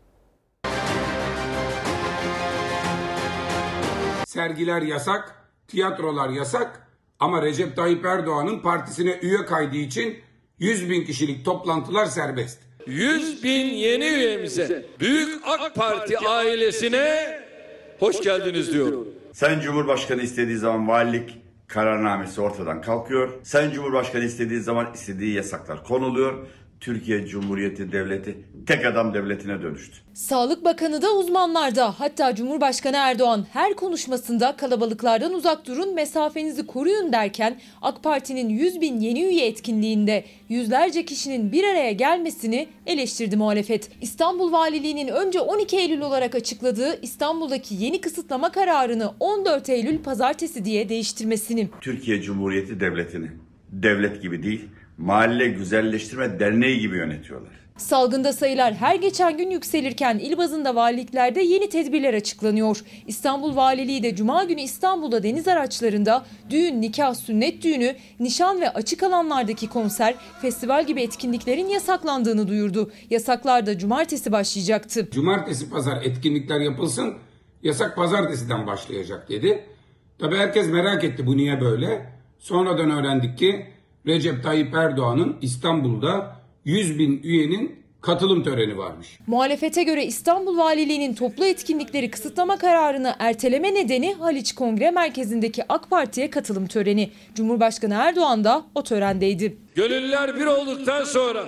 Sergiler yasak, tiyatrolar yasak ama Recep Tayyip Erdoğan'ın partisine üye kaydı için yüz bin kişilik toplantılar serbest. yüz bin yeni üyemize, Büyük AK Parti ailesine hoş geldiniz diyorum. Sayın Cumhurbaşkanı istediği zaman valilik kararnamesi ortadan kalkıyor. Sayın Cumhurbaşkanı istediği zaman istediği yasaklar konuluyor. Türkiye Cumhuriyeti Devleti tek adam devletine dönüştü. Sağlık Bakanı da uzmanlar da, hatta Cumhurbaşkanı Erdoğan her konuşmasında kalabalıklardan uzak durun, mesafenizi koruyun derken AK Parti'nin yüz bin yeni üye etkinliğinde yüzlerce kişinin bir araya gelmesini eleştirdi muhalefet. İstanbul Valiliği'nin önce on iki Eylül olarak açıkladığı İstanbul'daki yeni kısıtlama kararını on dört Eylül pazartesi diye değiştirmesini. Türkiye Cumhuriyeti Devleti'ni devlet gibi değil, Mahalle Güzelleştirme Derneği gibi yönetiyorlar. Salgında sayılar her geçen gün yükselirken il bazında valiliklerde yeni tedbirler açıklanıyor. İstanbul Valiliği de Cuma günü İstanbul'da deniz araçlarında düğün, nikah, sünnet düğünü, nişan ve açık alanlardaki konser, festival gibi etkinliklerin yasaklandığını duyurdu. Yasaklar da cumartesi başlayacaktı. Cumartesi pazar etkinlikler yapılsın, yasak pazartesiden başlayacak dedi. Tabii herkes merak etti bu niye böyle. Sonradan öğrendik ki Recep Tayyip Erdoğan'ın İstanbul'da yüz bin üyenin katılım töreni varmış. Muhalefete göre İstanbul Valiliği'nin toplu etkinlikleri kısıtlama kararını erteleme nedeni Haliç Kongre Merkezi'ndeki AK Parti'ye katılım töreni. Cumhurbaşkanı Erdoğan da o törendeydi. Gönüllüler bir olduktan sonra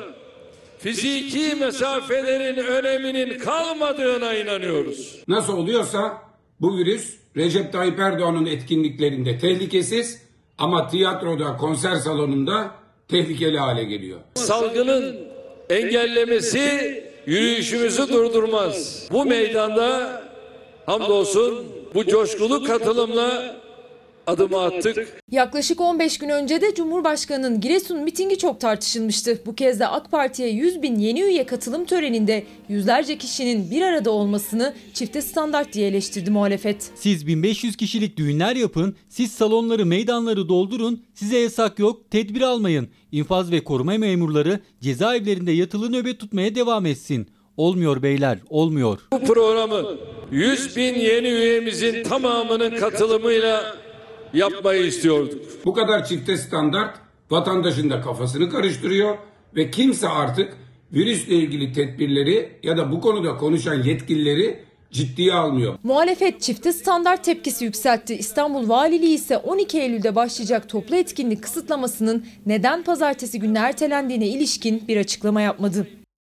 fiziki mesafelerin öneminin kalmadığına inanıyoruz. Nasıl oluyorsa bu virüs Recep Tayyip Erdoğan'ın etkinliklerinde tehlikesiz ama tiyatroda, konser salonunda tehlikeli hale geliyor. Salgının engellemesi yürüyüşümüzü durdurmaz. Bu meydanda hamdolsun bu coşkulu katılımla adımı attık. Yaklaşık on beş gün önce de Cumhurbaşkanı'nın Giresun mitingi çok tartışılmıştı. Bu kez de AK Parti'ye yüz bin yeni üye katılım töreninde yüzlerce kişinin bir arada olmasını çifte standart diye eleştirdi muhalefet. Siz bin beş yüz kişilik düğünler yapın, siz salonları, meydanları doldurun, size yasak yok, tedbir almayın. İnfaz ve koruma memurları cezaevlerinde yatılı nöbet tutmaya devam etsin. Olmuyor beyler, olmuyor. Bu programı yüz bin yeni üyemizin tamamının katılımıyla yapmayı istiyorduk. Bu kadar çifte standart vatandaşın da kafasını karıştırıyor ve kimse artık virüsle ilgili tedbirleri ya da bu konuda konuşan yetkilileri ciddiye almıyor. Muhalefet çifte standart tepkisi yükseltti. İstanbul Valiliği ise on iki Eylül'de başlayacak toplu etkinlik kısıtlamasının neden pazartesi gününe ertelendiğine ilişkin bir açıklama yapmadı.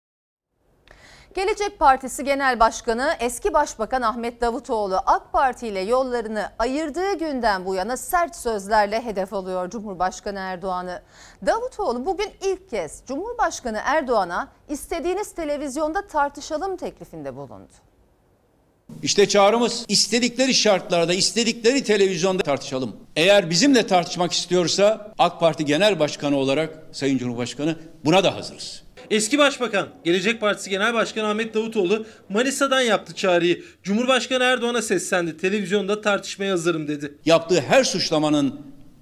Gelecek Partisi Genel Başkanı eski Başbakan Ahmet Davutoğlu AK Parti ile yollarını ayırdığı günden bu yana sert sözlerle hedef alıyor Cumhurbaşkanı Erdoğan'ı. Davutoğlu bugün ilk kez Cumhurbaşkanı Erdoğan'a istediğiniz televizyonda tartışalım teklifinde bulundu. İşte çağrımız, istedikleri şartlarda, istedikleri televizyonda tartışalım. Eğer bizimle tartışmak istiyorsa AK Parti Genel Başkanı olarak Sayın Cumhurbaşkanı buna da hazırız. Eski Başbakan, Gelecek Partisi Genel Başkanı Ahmet Davutoğlu Manisa'dan yaptı çağrıyı. Cumhurbaşkanı Erdoğan'a seslendi. Televizyonda tartışmaya hazırım dedi. Yaptığı her suçlamanın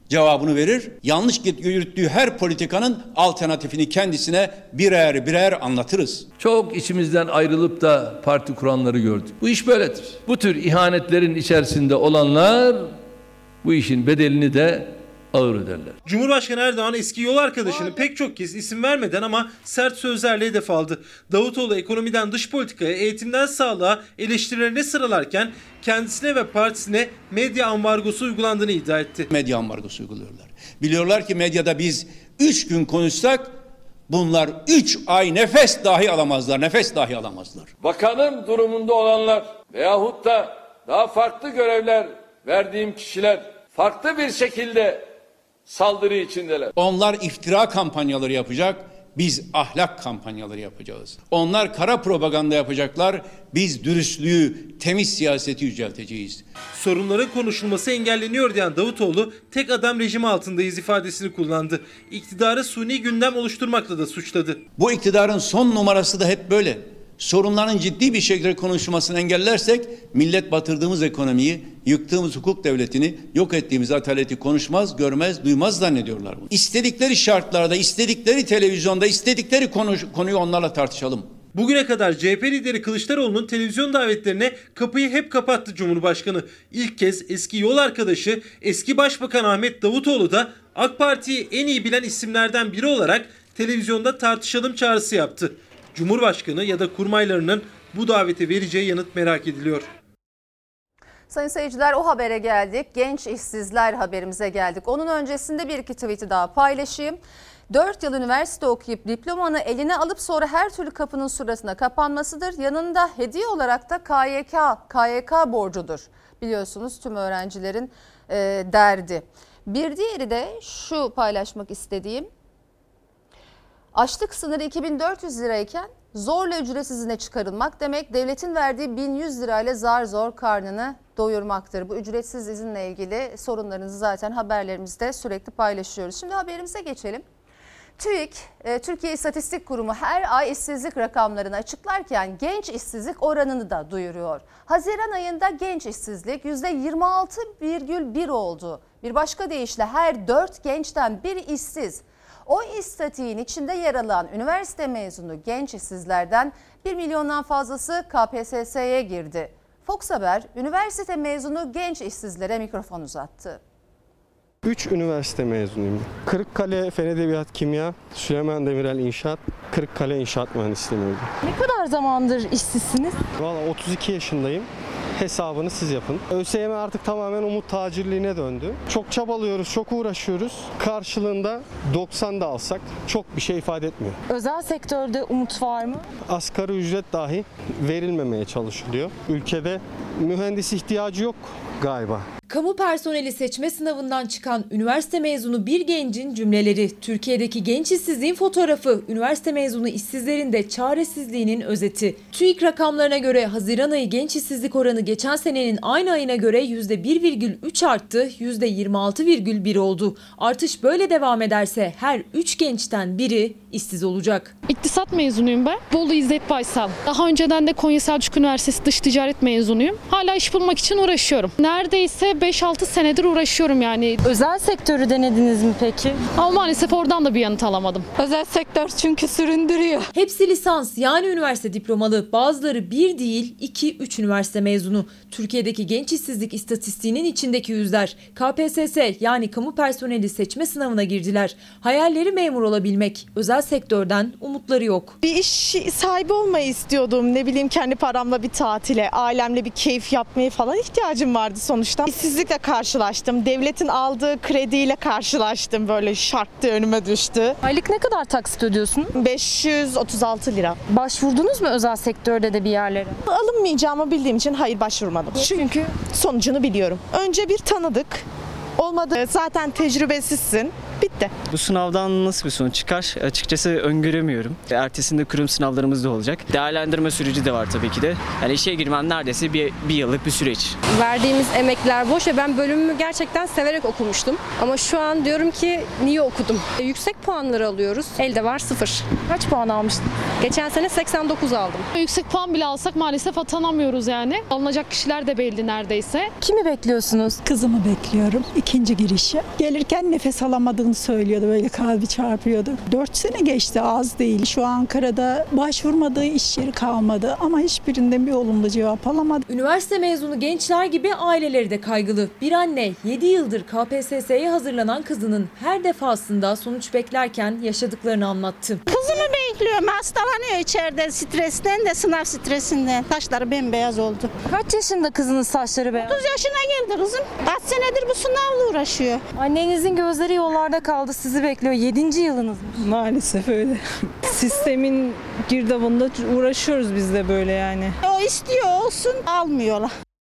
cevabını verir. Yanlış yürüttüğü her politikanın alternatifini kendisine birer birer anlatırız. Çok içimizden ayrılıp da parti kuranları gördük. Bu iş böyledir. Bu tür ihanetlerin içerisinde olanlar bu işin bedelini de ağır öderler. Cumhurbaşkanı Erdoğan eski yol arkadaşını pek çok kez isim vermeden ama sert sözlerle hedef aldı. Davutoğlu ekonomiden dış politikaya, eğitimden sağlığa eleştirilerini sıralarken kendisine ve partisine medya ambargosu uygulandığını iddia etti. Medya ambargosu uyguluyorlar. Biliyorlar ki medyada biz üç gün konuşsak bunlar üç ay nefes dahi alamazlar, nefes dahi alamazlar. Bakanın durumunda olanlar veyahut da daha farklı görevler verdiğim kişiler farklı bir şekilde saldırı içindeler. Onlar iftira kampanyaları yapacak, biz ahlak kampanyaları yapacağız. Onlar kara propaganda yapacaklar, biz dürüstlüğü, temiz siyaseti yücelteceğiz. Sorunların konuşulması engelleniyor diyen Davutoğlu, tek adam rejimi altındayız ifadesini kullandı. İktidarı suni gündem oluşturmakla da suçladı. Bu iktidarın son numarası da hep böyle. Sorunların ciddi bir şekilde konuşulmasını engellersek millet batırdığımız ekonomiyi, yıktığımız hukuk devletini, yok ettiğimiz adaleti konuşmaz, görmez, duymaz zannediyorlar. İstedikleri şartlarda, istedikleri televizyonda, istedikleri konu, konuyu onlarla tartışalım. Bugüne kadar C H P lideri Kılıçdaroğlu'nun televizyon davetlerine kapıyı hep kapattı Cumhurbaşkanı. İlk kez eski yol arkadaşı, eski Başbakan Ahmet Davutoğlu da AK Parti'yi en iyi bilen isimlerden biri olarak televizyonda tartışalım çağrısı yaptı. Cumhurbaşkanı ya da kurmaylarının bu davete vereceği yanıt merak ediliyor. Sayın seyirciler, o habere geldik. Genç işsizler haberimize geldik. Onun öncesinde bir iki tweet'i daha paylaşayım. dört yıl üniversite okuyup diplomanı eline alıp sonra her türlü kapının suratına kapanmasıdır. Yanında hediye olarak da K Y K, K Y K borcudur. Biliyorsunuz tüm öğrencilerin e, derdi. Bir diğeri de şu paylaşmak istediğim. Açlık sınırı iki bin dört yüz lirayken zorla ücretsiz izne çıkarılmak demek devletin verdiği bin yüz lirayla zar zor karnını doyurmaktır. Bu ücretsiz izinle ilgili sorunlarınızı zaten haberlerimizde sürekli paylaşıyoruz. Şimdi haberimize geçelim. TÜİK, Türkiye İstatistik Kurumu her ay işsizlik rakamlarını açıklarken genç işsizlik oranını da duyuruyor. Haziran ayında genç işsizlik yüzde yirmi altı virgül bir oldu. Bir başka deyişle her dört gençten biri işsiz. O istatiğin içinde yer alan üniversite mezunu genç işsizlerden bir milyondan fazlası K P S S'ye girdi. Fox Haber, üniversite mezunu genç işsizlere mikrofon uzattı. üç üniversite mezunuyum. Kırıkkale Fen Edebiyat Kimya, Süleyman Demirel İnşaat, Kırıkkale İnşaat Mühendisliği mezunu. Ne kadar zamandır işsizsiniz? Valla otuz iki yaşındayım. Hesabını siz yapın. ÖSYM artık tamamen umut tacirliğine döndü. Çok çabalıyoruz, çok uğraşıyoruz. Karşılığında doksan da alsak çok bir şey ifade etmiyor. Özel sektörde umut var mı? Asgari ücret dahi verilmemeye çalışılıyor. Ülkede mühendis ihtiyacı yok galiba. Kamu personeli seçme sınavından çıkan üniversite mezunu bir gencin cümleleri, Türkiye'deki genç işsizliğin fotoğrafı, üniversite mezunu işsizlerin de çaresizliğinin özeti. TÜİK rakamlarına göre Haziran ayı genç işsizlik oranı geçen senenin aynı ayına göre yüzde bir virgül üç arttı, yüzde yirmi altı virgül bir oldu. Artış böyle devam ederse her üç gençten biri işsiz olacak. İktisat mezunuyum ben. Bolu İzzet Baysal. Daha önceden de Konya Selçuk Üniversitesi Dış Ticaret mezunuyum. Hala iş bulmak için uğraşıyorum. Neredeyse beş altı senedir uğraşıyorum yani. Özel sektörü denediniz mi peki? Ama maalesef oradan da bir yanıt alamadım. Özel sektör çünkü süründürüyor. Hepsi lisans yani üniversite diplomalı. Bazıları bir değil iki üç üniversite mezunu. Türkiye'deki genç işsizlik istatistiğinin içindeki yüzler. K P S S yani kamu personeli seçme sınavına girdiler. Hayalleri memur olabilmek. Özel sektörden umutları yok. Bir iş sahibi olmayı istiyordum. Ne bileyim kendi paramla bir tatile, ailemle bir keyif yapmaya falan ihtiyacım vardı sonuçta. İşsizlikle karşılaştım. Devletin aldığı krediyle karşılaştım. Böyle şarttı önüme düştü. Aylık ne kadar taksit ödüyorsun? beş yüz otuz altı lira. Başvurdunuz mu özel sektörde de bir yerlere? Alınmayacağımı bildiğim için hayır başvurmadım. Çünkü sonucunu biliyorum. Önce bir tanıdık. Olmadı zaten tecrübesizsin. Bitti. Bu sınavdan nasıl bir sonuç çıkar? Açıkçası öngöremiyorum. Ertesinde kurum sınavlarımız da olacak. Değerlendirme süreci de var tabii ki de. Yani işe girmem neredeyse bir, bir yıllık bir süreç. Verdiğimiz emekler boş ve ben bölümümü gerçekten severek okumuştum. Ama şu an diyorum ki niye okudum? E, yüksek puanları alıyoruz. Elde var sıfır. Kaç puan almıştın? Geçen sene seksen dokuz aldım. Yüksek puan bile alsak maalesef atanamıyoruz yani. Alınacak kişiler de belli neredeyse. Kimi bekliyorsunuz? Kızımı bekliyorum. İkinci girişi. Gelirken nefes alamadığını söylüyordu. Böyle kalbi çarpıyordu. Dört sene geçti, az değil. Şu Ankara'da başvurmadığı iş yeri kalmadı. Ama hiçbirinden bir olumlu cevap alamadı. Üniversite mezunu gençler gibi aileleri de kaygılı. Bir anne yedi yıldır K P S S'ye hazırlanan kızının her defasında sonuç beklerken yaşadıklarını anlattı. Kızımı bekliyorum. Hastalanıyor içeride stresten de sınav stresinden. Saçları bembeyaz oldu. Kaç yaşında kızının saçları beyaz? otuz yaşına geldi kızım. Kaç senedir bu sınavla uğraşıyor. Annenizin gözleri yollarda kaldı, sizi bekliyor. Yedinci yılınız mı? Maalesef öyle. Sistemin girdabında uğraşıyoruz biz de böyle yani. O istiyor olsun, almıyorlar.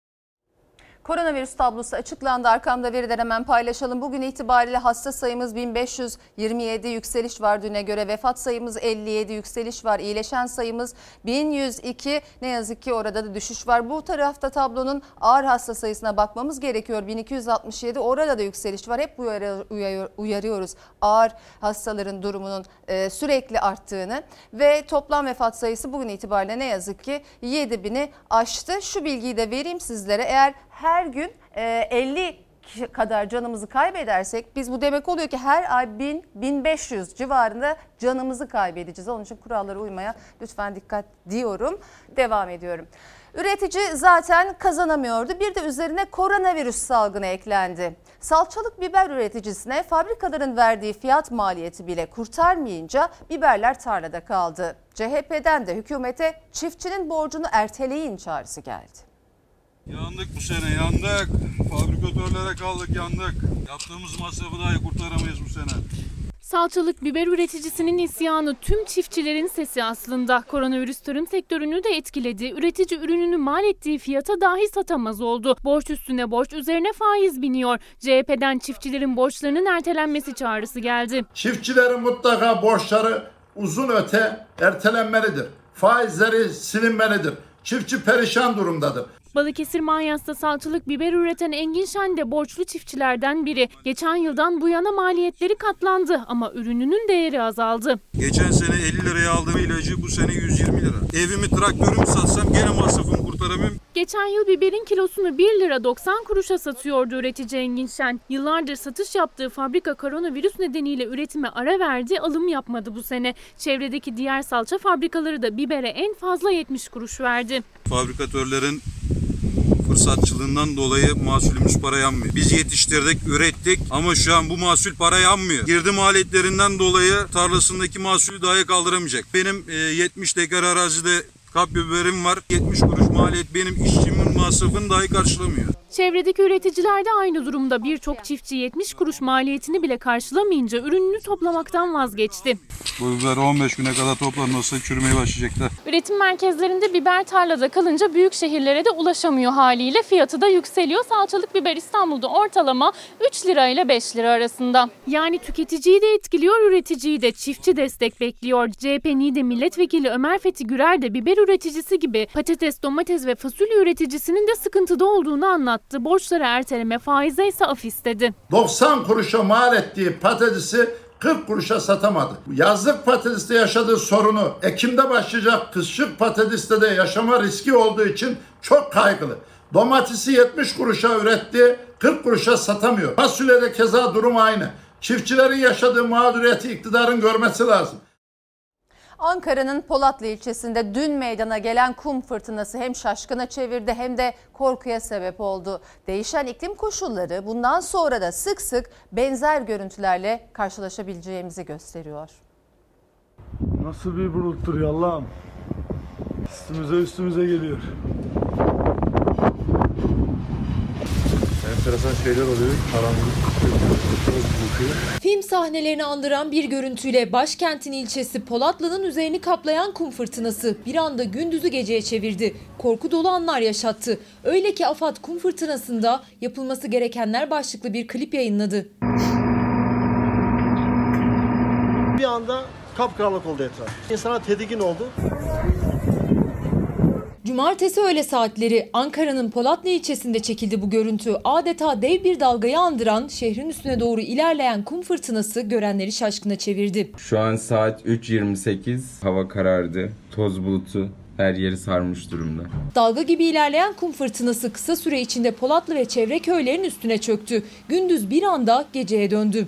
Koronavirüs tablosu açıklandı. Arkamda veriler hemen paylaşalım. Bugün itibariyle hasta sayımız bin beş yüz yirmi yedi, yükseliş var düne göre. Vefat sayımız elli yedi, yükseliş var. İyileşen sayımız bin yüz iki, ne yazık ki orada da düşüş var. Bu tarafta tablonun ağır hasta sayısına bakmamız gerekiyor. bin iki yüz altmış yedi, orada da yükseliş var. Hep uyarı, uyarı, uyarıyoruz ağır hastaların durumunun e, sürekli arttığını ve toplam vefat sayısı bugün itibariyle ne yazık ki yedi bini aştı. Şu bilgiyi de vereyim sizlere. Eğer her gün elli kadar canımızı kaybedersek biz bu demek oluyor ki her ay bin bin beş yüz civarında canımızı kaybedeceğiz. Onun için kurallara uymaya lütfen dikkat diyorum. Devam ediyorum. Üretici zaten kazanamıyordu. Bir de üzerine koronavirüs salgını eklendi. Salçalık biber üreticisine fabrikaların verdiği fiyat maliyeti bile kurtarmayınca biberler tarlada kaldı. C H P'den de hükümete çiftçinin borcunu erteleyin çağrısı geldi. Yandık bu sene, yandık. Fabrikatörlere kaldık, yandık. Yaptığımız masrafı dahi kurtaramayız bu sene. Salçalık biber üreticisinin isyanı tüm çiftçilerin sesi aslında. Koronavirüs tarım sektörünü de etkiledi. Üretici ürününü mal ettiği fiyata dahi satamaz oldu. Borç üstüne borç, üzerine faiz biniyor. C H P'den çiftçilerin borçlarının ertelenmesi çağrısı geldi. Çiftçilerin mutlaka borçları uzun öte ertelenmelidir. Faizleri silinmelidir. Çiftçi perişan durumdadır. Balıkesir Manyas'ta salçalık biber üreten Engin Şen de borçlu çiftçilerden biri. Geçen yıldan bu yana maliyetleri katlandı ama ürününün değeri azaldı. Geçen sene elli liraya aldığım ilacı bu sene yüz yirmi lira. Evimi, traktörümü satsam gene masrafımı kurtaramıyorum. Geçen yıl biberin kilosunu bir lira doksan kuruşa satıyordu üretici Engin Şen. Yıllardır satış yaptığı fabrika koronavirüs nedeniyle üretime ara verdi, alım yapmadı bu sene. Çevredeki diğer salça fabrikaları da bibere en fazla yetmiş kuruş verdi. Fabrikatörlerin fırsatçılığından dolayı mahsulümüz para yanmıyor. Biz yetiştirdik, ürettik ama şu an bu mahsul para yanmıyor. Girdi maliyetlerinden dolayı tarlasındaki mahsulü dahi kaldıramayacak. Benim yetmiş dekar arazide kapya biberim var. yetmiş kuruş maliyet benim işçimin masrafını dahi karşılamıyor. Çevredeki üreticiler de aynı durumda. Birçok çiftçi yetmiş kuruş maliyetini bile karşılamayınca ürününü toplamaktan vazgeçti. Bu biber on beş güne kadar toplanırsa çürümeye başlayacaklar. Üretim merkezlerinde biber tarlada kalınca büyük şehirlere de ulaşamıyor haliyle. Fiyatı da yükseliyor. Salçalık biber İstanbul'da ortalama üç lira ile beş lira arasında. Yani tüketiciyi de etkiliyor, üreticiyi de. Çiftçi destek bekliyor. C H P Niğde Milletvekili Ömer Fethi Gürer de biber üreticisi gibi patates, domates ve fasulye üreticisinin de sıkıntıda olduğunu anlattı. Borçları erteleme, faize ise af istedi. doksan kuruşa mal ettiği patatesi kırk kuruşa satamadı. Yazlık patateste yaşadığı sorunu Ekim'de başlayacak kışlık patateste de yaşama riski olduğu için çok kaygılı. Domatesi yetmiş kuruşa üretti, kırk kuruşa satamıyor. Fasulyede keza durum aynı. Çiftçilerin yaşadığı mağduriyeti iktidarın görmesi lazım. Ankara'nın Polatlı ilçesinde dün meydana gelen kum fırtınası hem şaşkına çevirdi hem de korkuya sebep oldu. Değişen iklim koşulları bundan sonra da sık sık benzer görüntülerle karşılaşabileceğimizi gösteriyor. Nasıl bir buluttur ya Allah'ım. Üstümüze üstümüze geliyor. Enteresan şeyler oluyor. Karanlık. Film sahnelerini andıran bir görüntüyle başkentin ilçesi Polatlı'nın üzerini kaplayan kum fırtınası bir anda gündüzü geceye çevirdi. Korku dolu anlar yaşattı. Öyle ki AFAD kum fırtınasında yapılması gerekenler başlıklı bir klip yayınladı. Bir anda kapkaranlık oldu etraf. İnsanlar tedirgin oldu. Cumartesi öğle saatleri Ankara'nın Polatlı ilçesinde çekildi bu görüntü. Adeta dev bir dalgayı andıran şehrin üstüne doğru ilerleyen kum fırtınası görenleri şaşkına çevirdi. Şu an saat üç yirmi sekiz, hava karardı, toz bulutu her yeri sarmış durumda. Dalga gibi ilerleyen kum fırtınası kısa süre içinde Polatlı ve çevre köylerin üstüne çöktü. Gündüz bir anda geceye döndü.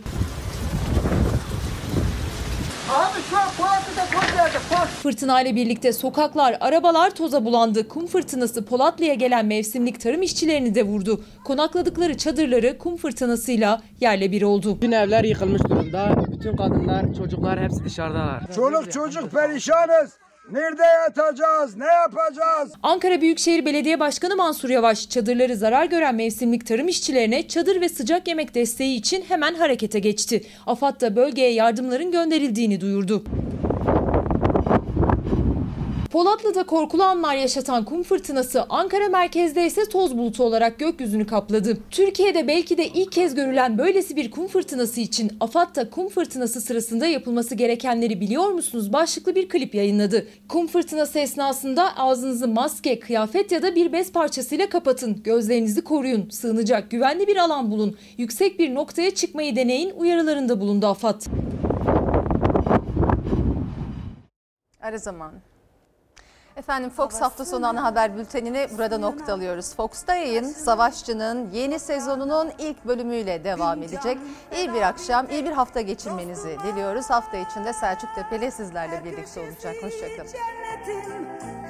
Abi şu an Polatlı'da toz yağdı, toz. Fırtınayla birlikte sokaklar, arabalar toza bulandı. Kum fırtınası Polatlı'ya gelen mevsimlik tarım işçilerini de vurdu. Konakladıkları çadırları kum fırtınasıyla yerle bir oldu. Bütün evler yıkılmış durumda. Bütün kadınlar, çocuklar hepsi dışarıdalar. Çoluk çocuk perişanız. Nerede yatacağız? Ne yapacağız? Ankara Büyükşehir Belediye Başkanı Mansur Yavaş çadırları zarar gören mevsimlik tarım işçilerine çadır ve sıcak yemek desteği için hemen harekete geçti. AFAD da bölgeye yardımların gönderildiğini duyurdu. Polatlı'da korkulu anlar yaşatan kum fırtınası Ankara merkezde ise toz bulutu olarak gökyüzünü kapladı. Türkiye'de belki de ilk kez görülen böylesi bir kum fırtınası için AFAD da kum fırtınası sırasında yapılması gerekenleri biliyor musunuz başlıklı bir klip yayınladı. Kum fırtınası esnasında ağzınızı maske, kıyafet ya da bir bez parçasıyla kapatın. Gözlerinizi koruyun. Sığınacak güvenli bir alan bulun. Yüksek bir noktaya çıkmayı deneyin uyarılarında bulundu AFAD. Ara zamanı. Efendim Fox hafta sonu ana haber bültenini burada noktalıyoruz. Fox'ta yayın Savaşçı'nın yeni sezonunun ilk bölümüyle devam edecek. İyi bir akşam, iyi bir hafta geçirmenizi diliyoruz. Hafta içinde Selçuk Tepeli sizlerle birlikte olacak. Hoşçakalın.